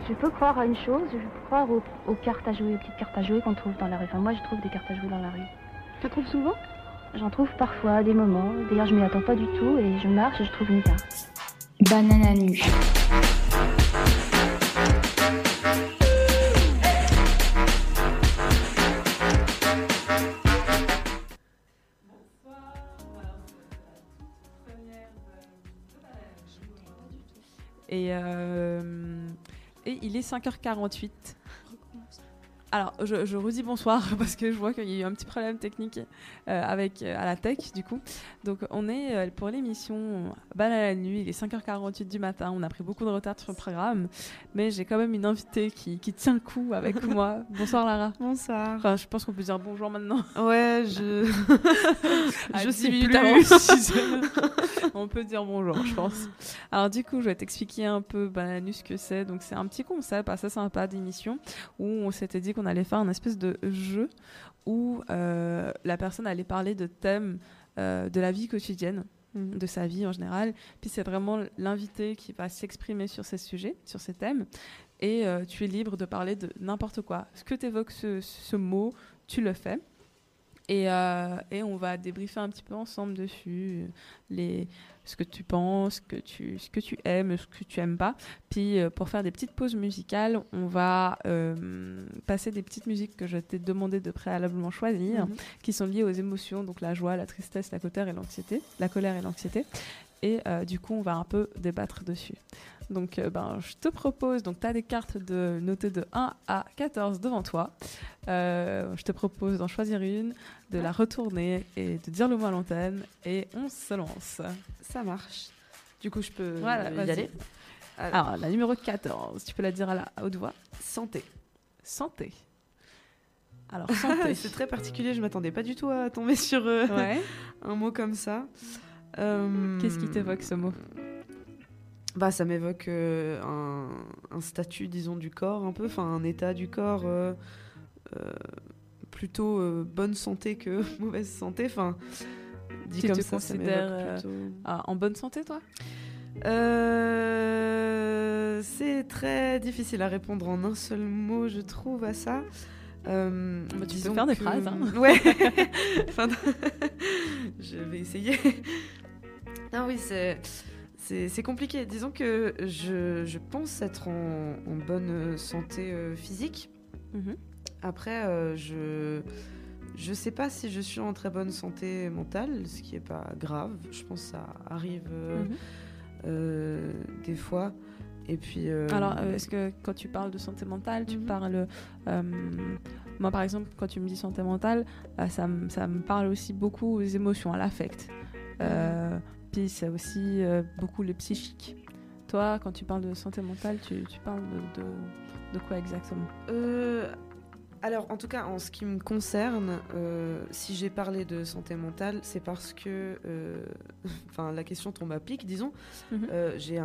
Je peux croire à une chose, je peux croire aux cartes à jouer, aux petites cartes à jouer qu'on trouve dans la rue. Enfin, moi, je trouve des cartes à jouer dans la rue. Tu en trouves souvent? J'en trouve parfois, à des moments. D'ailleurs, je m'y attends pas du tout et je marche et je trouve une carte. Banane nu. Et il est 5h48. Alors, je redis bonsoir parce que je vois qu'il y a eu un petit problème technique à la tech, du coup. Donc, on est pour l'émission Banane la nuit. Il est 5h48 du matin. On a pris beaucoup de retard sur le programme. Mais j'ai quand même une invitée qui tient le coup avec moi. Bonsoir, Lara. Bonsoir. Enfin, je pense qu'on peut dire bonjour maintenant. Ouais, je sais plus. On peut dire bonjour, je pense. Alors, du coup, je vais t'expliquer un peu Banane ce que c'est. Donc, c'est un petit concept assez sympa d'émission où on s'était dit qu'on allait faire un espèce de jeu où la personne allait parler de thèmes de la vie quotidienne, de sa vie en général. Puis c'est vraiment l'invité qui va s'exprimer sur ces sujets, sur ces thèmes. Et tu es libre de parler de n'importe quoi. Ce que t'évoques ce mot, tu le fais. Et on va débriefer un petit peu ensemble dessus ce que tu penses, ce que tu aimes, ce que tu aimes pas. Puis pour faire des petites pauses musicales, on va passer des petites musiques que je t'ai demandé de préalablement choisir, qui sont liées aux émotions, donc la joie, la tristesse, la colère et l'anxiété. Et du coup, on va un peu débattre dessus. Donc, je te propose, donc tu as des cartes notées de 1 à 14 devant toi. Je te propose d'en choisir une, de la retourner et de dire le mot à l'antenne. Et on se lance. Ça marche. Du coup, je peux y vas-y. aller. Alors, la numéro 14, tu peux la dire à la haute voix. Santé. Santé. Alors, santé. C'est très particulier, je m'attendais pas du tout à tomber sur un mot comme ça. Qu'est-ce qui t'évoque ce mot ? Ça m'évoque un statut, disons, du corps un peu, enfin un état du corps plutôt bonne santé que mauvaise santé. Enfin, dit tu comme te ça considères plutôt... en bonne santé, toi ? C'est très difficile à répondre en un seul mot, je trouve, à ça. Tu peux faire des phrases. Hein. Ouais. Je vais essayer. Non, oui, c'est compliqué. Disons que je pense être en bonne santé physique. Après, je sais pas si je suis en très bonne santé mentale, ce qui est pas grave. Je pense que ça arrive des fois. Et puis, alors, est-ce que quand tu parles de santé mentale, tu parles... moi, par exemple, quand tu me dis santé mentale, ça me parle aussi beaucoup aux émotions, à l'affect. Puis c'est aussi beaucoup le psychique. Toi, quand tu parles de santé mentale, tu parles de quoi exactement ? Alors, en tout cas, en ce qui me concerne, si j'ai parlé de santé mentale, c'est parce que... la question tombe à pic, disons. J'ai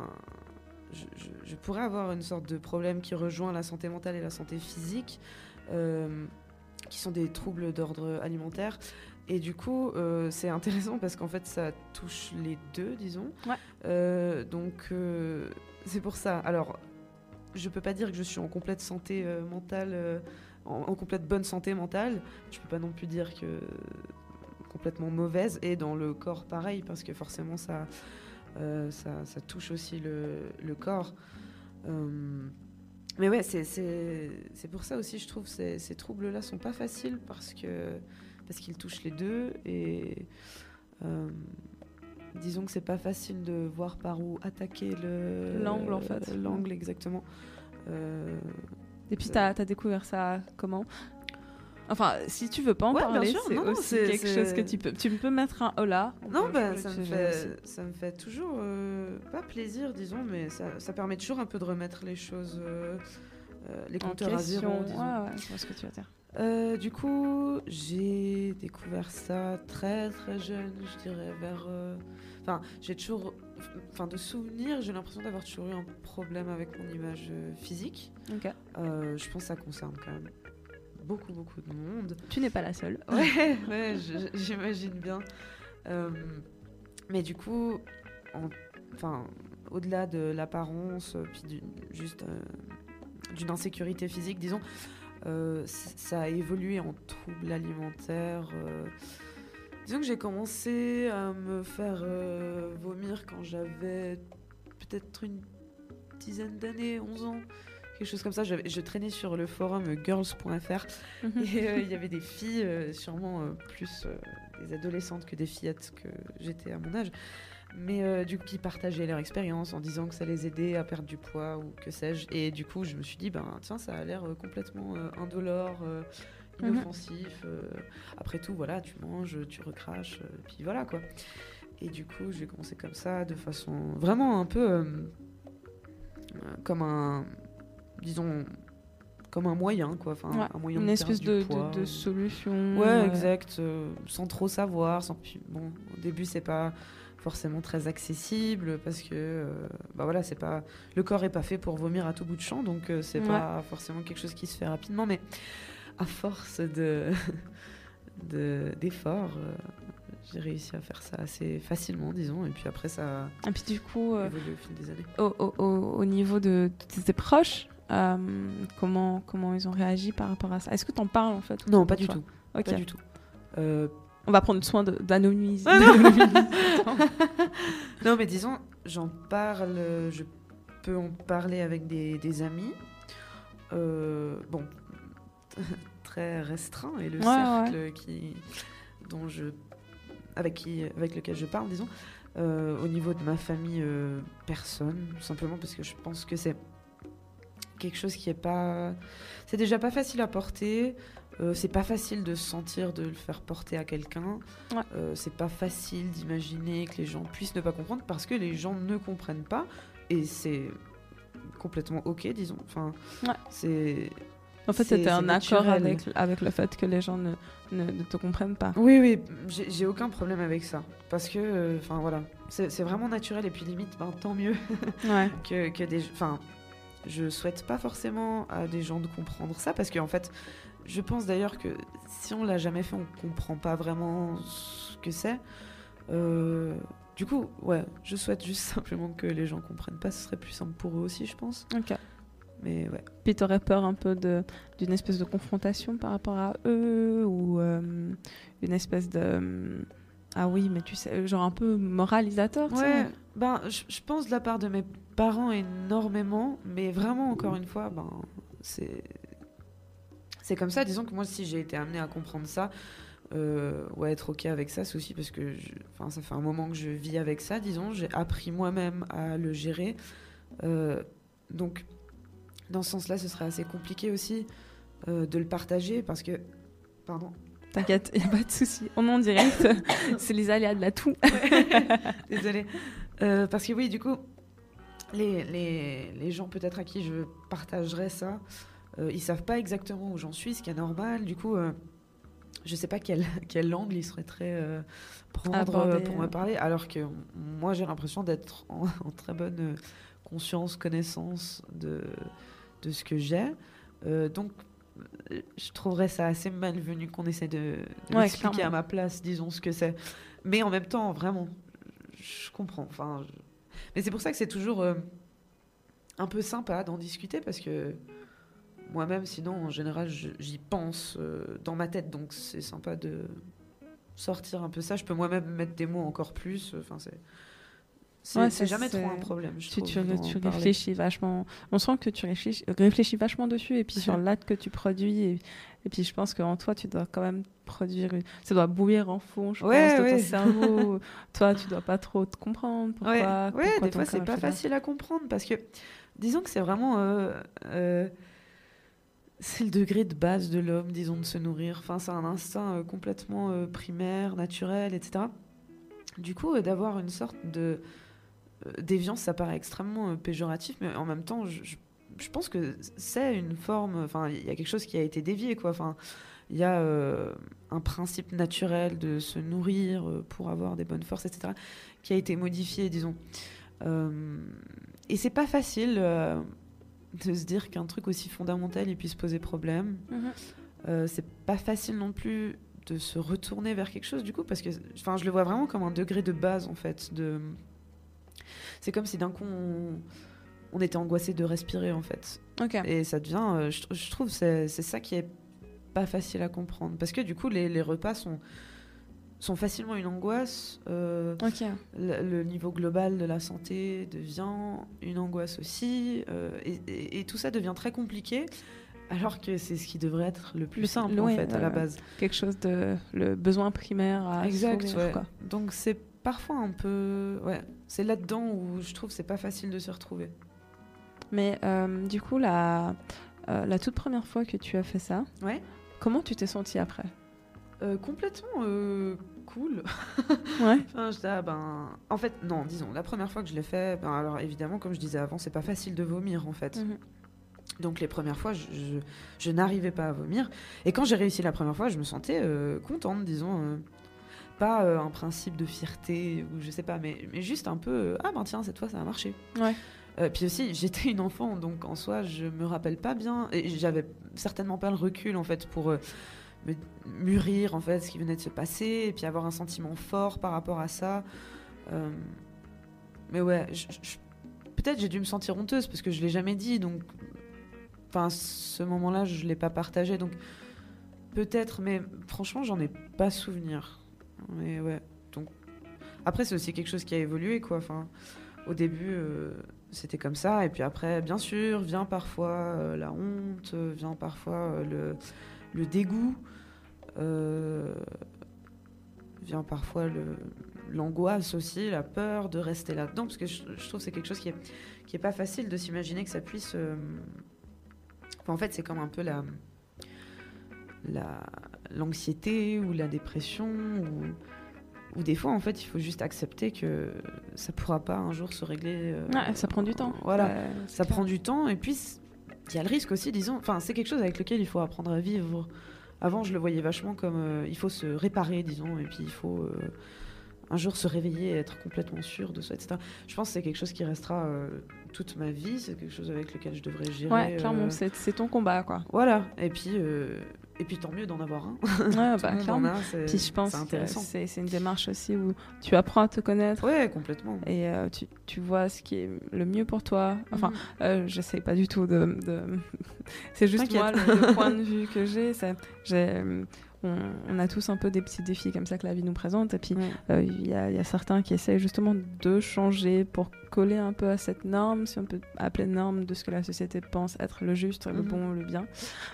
je pourrais avoir une sorte de problème qui rejoint la santé mentale et la santé physique, qui sont des troubles d'ordre alimentaire. Et du coup, c'est intéressant parce qu'en fait, ça touche les deux, disons. Ouais. Donc, c'est pour ça. Alors, je peux pas dire que je suis en complète santé mentale, en complète bonne santé mentale. Je peux pas non plus dire que complètement mauvaise. Et dans le corps, pareil, parce que forcément, ça touche aussi le corps. Mais ouais, c'est pour ça aussi, je trouve, ces troubles-là sont pas faciles parce qu'ils touchent les deux et disons que c'est pas facile de voir par où attaquer l'angle en fait. L'angle, exactement. Et puis t'as découvert ça comment ? Enfin, si tu veux pas en parler, c'est aussi quelque chose que tu peux mettre un hola. Non, ça me fait toujours pas plaisir, disons, mais ça permet toujours un peu de remettre les choses, les compteurs à zéro, disons. Ouais, je vois ce que tu veux dire. Du coup, j'ai découvert ça très très jeune, je dirais vers... j'ai toujours... de souvenir, j'ai l'impression d'avoir toujours eu un problème avec mon image physique. Okay. Je pense que ça concerne quand même beaucoup de monde. Tu n'es pas la seule. Ouais, j'imagine bien. Mais du coup, au-delà de l'apparence, puis juste d'une insécurité physique, disons, ça a évolué en troubles alimentaires. Disons que j'ai commencé à me faire vomir quand j'avais peut-être une dizaine d'années, 11 ans, quelque chose comme ça. Je traînais sur le forum girls.fr et il y avait des filles, sûrement plus des adolescentes que des fillettes que j'étais à mon âge, mais du coup qui partageaient leur expérience en disant que ça les aidait à perdre du poids ou que sais-je. Et du coup je me suis dit, tiens, ça a l'air complètement indolore, inoffensif. Après tout, voilà, tu manges, tu recraches, puis voilà quoi. Et du coup j'ai commencé comme ça, de façon vraiment un peu comme un, disons, comme un moyen quoi, un moyen une de espèce perdre du poids, de solution. ouais, exact, sans trop savoir, bon, au début c'est pas forcément très accessible parce que voilà, c'est pas, le corps est pas fait pour vomir à tout bout de champ, donc c'est pas forcément quelque chose qui se fait rapidement, mais à force d'efforts, j'ai réussi à faire ça assez facilement, disons, et puis après ça et puis du coup évolue au fil des années. Au niveau de tes proches, comment ils ont réagi par rapport à ça? Est-ce que t'en parles en fait? Non, pas du tout. Okay. Pas du tout. On va prendre soin d'anonymiser. Non, mais disons, j'en parle, je peux en parler avec des amis. Bon, très restreint, et le cercle avec lequel je parle, disons. Au niveau de ma famille, personne, simplement parce que je pense que c'est quelque chose qui est pas... C'est déjà pas facile à porter, c'est pas facile de se sentir de le faire porter à quelqu'un, c'est pas facile d'imaginer que les gens puissent ne pas comprendre parce que les gens ne comprennent pas, et c'est complètement ok, disons. Enfin, c'est... En fait, c'était un accord avec le fait que les gens ne te comprennent pas. Oui, j'ai aucun problème avec ça. Parce que, voilà, c'est vraiment naturel. Et puis limite, tant mieux que des... Enfin, je souhaite pas forcément à des gens de comprendre ça. Parce qu'en fait, je pense d'ailleurs que si on l'a jamais fait, on comprend pas vraiment ce que c'est. Du coup, je souhaite juste simplement que les gens comprennent pas. Ce serait plus simple pour eux aussi, je pense. Ok. Mais ouais. Puis t'aurais peur un peu d'une espèce de confrontation par rapport à eux, ou une espèce de ah oui, mais tu sais, genre un peu moralisateur. Ouais, je pense de la part de mes parents énormément, mais vraiment encore une fois, c'est comme ça. Disons que moi, si j'ai été amenée à comprendre ça, être ok avec ça, c'est aussi parce que ça fait un moment que je vis avec ça, disons. J'ai appris moi-même à le gérer, donc dans ce sens-là, ce serait assez compliqué aussi de le partager parce que... Pardon. T'inquiète, il n'y a pas de souci. On est en direct, c'est les aléas de la toux. Désolée. Parce que oui, du coup, les gens peut-être à qui je partagerais ça, ils savent pas exactement où j'en suis, ce qui est normal. Du coup, je sais pas quel angle ils souhaiteraient prendre pour me parler, alors que moi, j'ai l'impression d'être en très bonne conscience, connaissance de ce que j'ai. Donc, je trouverais ça assez malvenu qu'on essaie de m'expliquer à ma place, disons, ce que c'est. Mais en même temps, vraiment, je comprends. Mais c'est pour ça que c'est toujours un peu sympa d'en discuter, parce que moi-même, sinon, en général, j'y pense dans ma tête. Donc, c'est sympa de sortir un peu ça. Je peux moi-même mettre des mots encore plus. C'est jamais trop un problème, je trouve. Tu réfléchis vachement. On sent que tu réfléchis vachement dessus, et puis sur l'acte que tu produis. Et puis je pense qu'en toi, tu dois quand même produire... Ça doit bouillir en fond, je pense, de ton cerveau. Toi, tu dois pas trop te comprendre. Pourquoi des fois, c'est pas facile à comprendre, parce que, disons que c'est vraiment... c'est le degré de base de l'homme, disons, de se nourrir. C'est un instinct complètement primaire, naturel, etc. Du coup, d'avoir une sorte de... déviance, ça paraît extrêmement péjoratif, mais en même temps, je pense que c'est une forme... il y a quelque chose qui a été dévié, quoi. Il y a un principe naturel de se nourrir pour avoir des bonnes forces, etc., qui a été modifié, disons. Et c'est pas facile de se dire qu'un truc aussi fondamental, il puisse poser problème. C'est pas facile non plus de se retourner vers quelque chose, du coup, parce que je le vois vraiment comme un degré de base, en fait, c'est comme si d'un coup on était angoissé de respirer en fait. Et ça devient, je trouve, c'est ça qui est pas facile à comprendre, parce que du coup les repas sont facilement une angoisse. Le niveau global de la santé devient une angoisse aussi, et tout ça devient très compliqué, alors que c'est ce qui devrait être le plus simple en fait à la base. Quelque chose le besoin primaire à fournir, quoi. Donc c'est parfois un peu, c'est là-dedans où je trouve c'est pas facile de se retrouver. Mais du coup la toute première fois que tu as fait ça, comment tu t'es sentie après? Complètement cool. Enfin, en fait, non, disons, la première fois que je l'ai fait, alors évidemment, comme je disais avant, c'est pas facile de vomir en fait. Donc les premières fois, je n'arrivais pas à vomir. Et quand j'ai réussi la première fois, je me sentais contente, disons. Pas un principe de fierté, ou je sais pas, mais juste un peu, tiens, cette fois ça a marché. Puis aussi, j'étais une enfant, donc en soi, je me rappelle pas bien, et j'avais certainement pas le recul en fait pour me mûrir en fait ce qui venait de se passer, et puis avoir un sentiment fort par rapport à ça. Mais peut-être j'ai dû me sentir honteuse parce que je l'ai jamais dit, donc ce moment-là, je l'ai pas partagé, donc peut-être, mais franchement, j'en ai pas souvenir. Mais donc après, c'est aussi quelque chose qui a évolué, quoi. Au début, c'était comme ça, et puis après, bien sûr, vient parfois la honte, vient parfois le dégoût, vient parfois l'angoisse aussi, la peur de rester là-dedans, parce que je trouve que c'est quelque chose qui est pas facile de s'imaginer que ça puisse... en fait, c'est comme un peu l'anxiété ou la dépression, ou des fois, en fait, il faut juste accepter que ça pourra pas un jour se régler. Ça prend du temps. Voilà, ça prend du temps, et puis il y a le risque aussi, disons. C'est quelque chose avec lequel il faut apprendre à vivre. Avant, je le voyais vachement comme il faut se réparer, disons, et puis il faut un jour se réveiller et être complètement sûr de soi, etc. Je pense que c'est quelque chose qui restera toute ma vie, c'est quelque chose avec lequel je devrais gérer. Ouais, clairement, c'est ton combat, quoi. Voilà, et puis tant mieux d'en avoir un. Clairement. Puis je pense que c'est une démarche aussi où tu apprends à te connaître. Ouais, complètement. Et tu vois ce qui est le mieux pour toi. Enfin, j'essaie pas du tout de... C'est juste moi, le point de vue que j'ai. On a tous un peu des petits défis comme ça que la vie nous présente, et puis il y a certains qui essayent justement de changer pour coller un peu à cette norme, si on peut appeler norme, de ce que la société pense être le juste, le bon, le bien,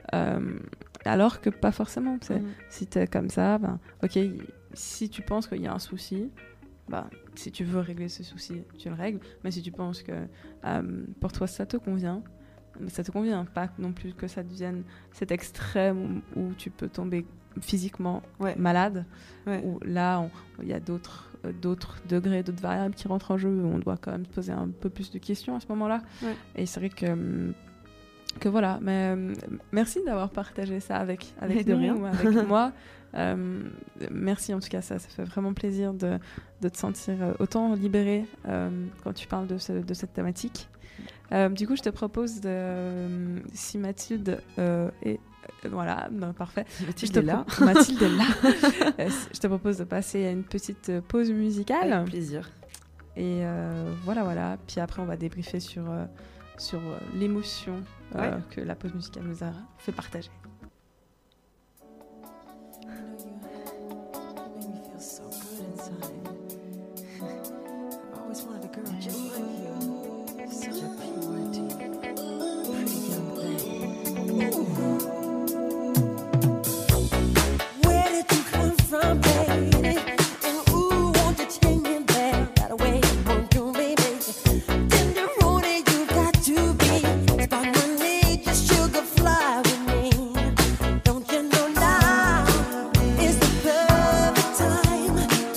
alors que pas forcément. Si t'es comme ça, ok, si tu penses qu'il y a un souci, si tu veux régler ce souci, tu le règles, mais si tu penses que pour toi ça te convient, pas non plus que ça devienne cet extrême où tu peux tomber physiquement malade, où là il y a d'autres degrés, d'autres variables qui rentrent en jeu, où on doit quand même se poser un peu plus de questions à ce moment-là. Et c'est vrai que voilà, mais merci d'avoir partagé ça avec nous, ou avec moi. Merci, en tout cas, ça fait vraiment plaisir de te sentir autant libérée quand tu parles de cette thématique. Du coup, je te propose si Mathilde est... Voilà, parfait. Mathilde est là. Mathilde est là. Je te propose de passer à une petite pause musicale. Avec plaisir. Et voilà. Puis après, on va débriefer sur l'émotion que la pause musicale nous a fait partager.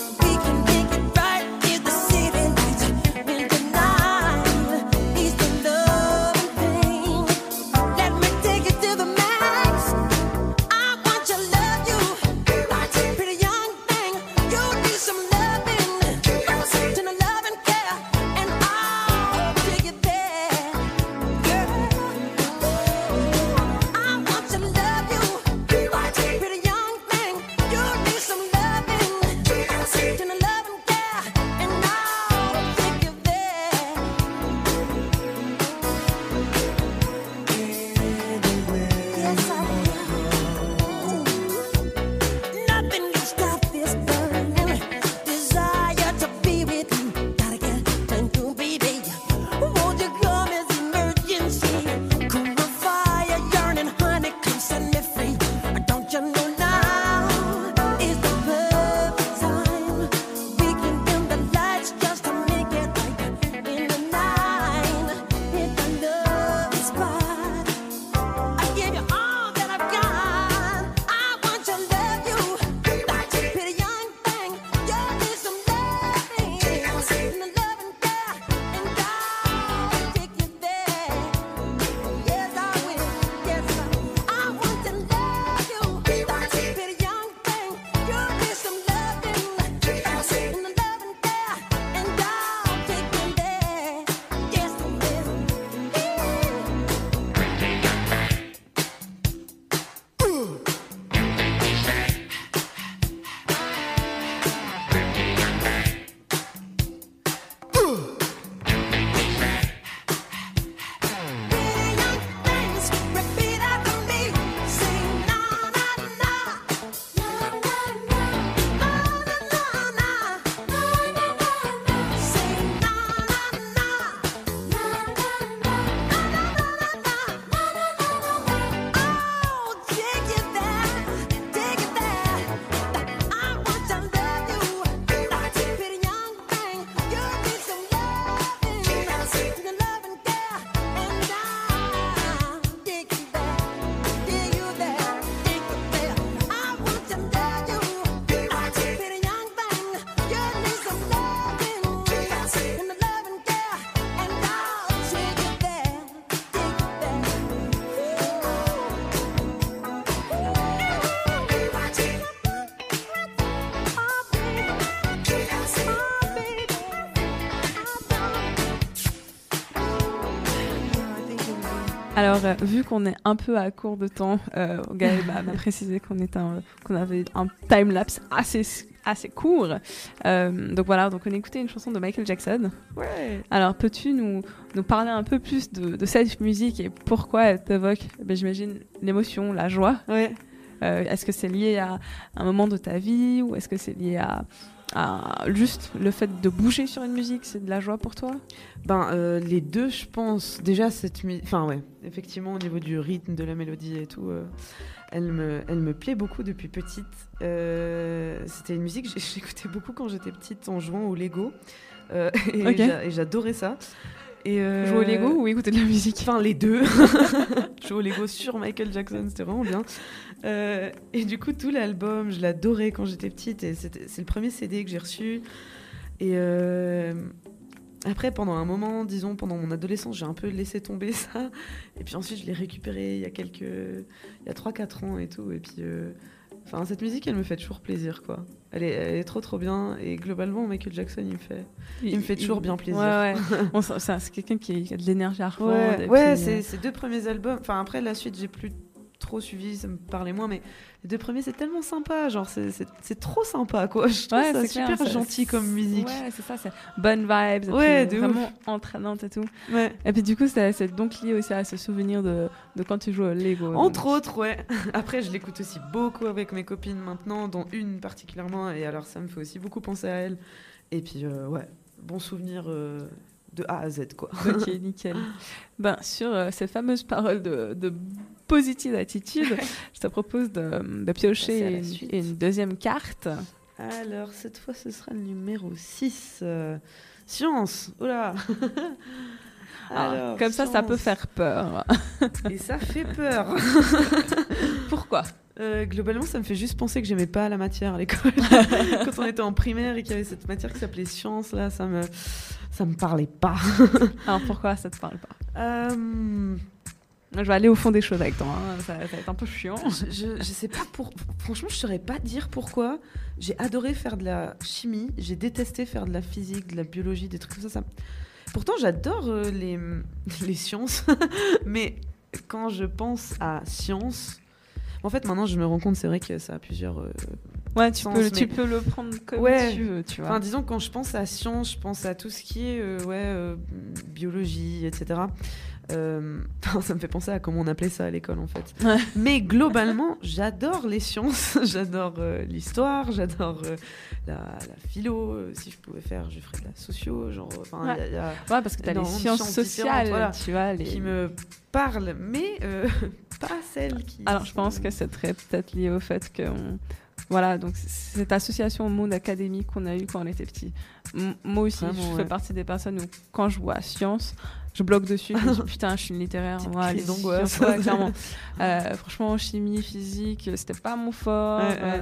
It's the Alors, vu qu'on est un peu à court de temps, Gaël m'a précisé qu'on avait un time-lapse assez court. Donc voilà, donc on écoutait une chanson de Michael Jackson. Ouais. Alors, peux-tu nous parler un peu plus de cette musique et pourquoi elle t'évoque, j'imagine, l'émotion, la joie? Ouais. Est-ce que c'est lié à un moment de ta vie ou est-ce que c'est lié à juste le fait de bouger sur une musique, c'est de la joie pour toi? Les deux, je pense. Déjà, effectivement, au niveau du rythme, de la mélodie et tout, elle me plaît beaucoup depuis petite. C'était une musique que j'écoutais beaucoup quand j'étais petite en jouant au Lego. Et j'adorais ça. Jouer au Lego ou écouter de la musique? Enfin, les deux. Jouer au Lego sur Michael Jackson, c'était vraiment bien. Et du coup, tout l'album, je l'adorais quand j'étais petite. Et c'est le premier CD que j'ai reçu. Et après, pendant un moment, disons, pendant mon adolescence, j'ai un peu laissé tomber ça. Et puis ensuite, je l'ai récupéré il y a 3-4 ans et tout. Et puis, cette musique, elle me fait toujours plaisir, quoi. Elle est trop bien. Et globalement, Michael Jackson, il me fait toujours bien plaisir. Ouais. Bon, c'est quelqu'un qui a de l'énergie à revendre. Ouais, ses deux premiers albums. Enfin, après, la suite, j'ai plus trop suivi, ça me parlait moins, mais les deux premiers, c'est tellement sympa. Genre, c'est trop sympa, quoi. Je trouve ça super gentil comme musique. Ouais, c'est ça, c'est bonne vibes. Ouais, puis, vraiment entraînante et tout. Ouais. Et puis, du coup, c'est donc lié aussi à ce souvenir de quand tu joues au Lego. Entre autres, ouais. Après, je l'écoute aussi beaucoup avec mes copines maintenant, dont une particulièrement. Et alors, ça me fait aussi beaucoup penser à elle. Et puis, bon souvenir de A à Z, quoi. Ok, nickel. Sur ces fameuses paroles de positive attitude, je te propose de piocher une deuxième carte. Alors, cette fois, ce sera le numéro 6. Science. Oula. Alors, comme science. Ça peut faire peur. Et ça fait peur. Pourquoi? Globalement, ça me fait juste penser que j'aimais pas la matière à l'école. Quand on était en primaire et qu'il y avait cette matière qui s'appelait science, là, ça me parlait pas. Alors pourquoi ça te parle pas? Je vais aller au fond des choses avec toi, hein. Ça va être un peu chiant. Je sais pas franchement, je saurais pas dire pourquoi. J'ai adoré faire de la chimie, j'ai détesté faire de la physique, de la biologie, des trucs comme ça. Pourtant, j'adore les sciences, mais quand je pense à science... En fait, maintenant, je me rends compte, c'est vrai que ça a plusieurs sens, tu peux le prendre comme tu veux, tu vois. Enfin, disons, quand je pense à science, je pense à tout ce qui est biologie, etc. Ça me fait penser à comment on appelait ça à l'école, en fait. Ouais. Mais globalement, j'adore les sciences, j'adore l'histoire, j'adore la philo. Si je pouvais faire, je ferais de la socio. Genre, parce que tu as les sciences sociales, tu vois, qui me parlent, mais pas celles qui... Alors, je pense que c'est peut-être lié au fait que... Voilà, donc cette association au monde académique qu'on a eu quand on était petit. Moi aussi, je fais partie des personnes où, quand je vois science, je bloque dessus. Je me dis, putain, je suis une littéraire. Moi, les d'angoisse. Clairement. Franchement, chimie, physique, c'était pas mon fort.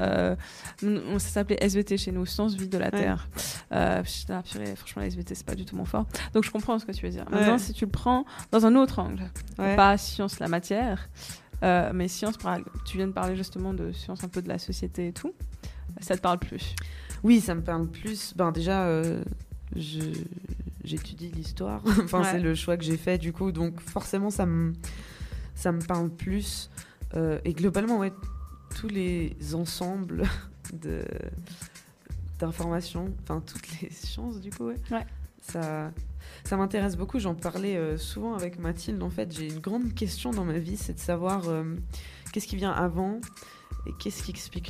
Ça s'appelait SVT chez nous, Sciences Vie de la Terre. Franchement, la SVT, c'est pas du tout mon fort. Donc, je comprends ce que tu veux dire. Maintenant, si tu le prends dans un autre angle, pas science, la matière, mais science, tu viens de parler justement de science un peu de la société et tout, ça te parle plus? Oui, ça me parle plus. Déjà, j'étudie l'histoire. C'est le choix que j'ai fait, du coup, donc forcément, ça me parle plus. Et globalement, tous les ensembles d'informations, toutes les sciences, du coup, ça m'intéresse beaucoup. J'en parlais souvent avec Mathilde. En fait, j'ai une grande question dans ma vie, c'est de savoir qu'est-ce qui vient avant et qu'est-ce qui explique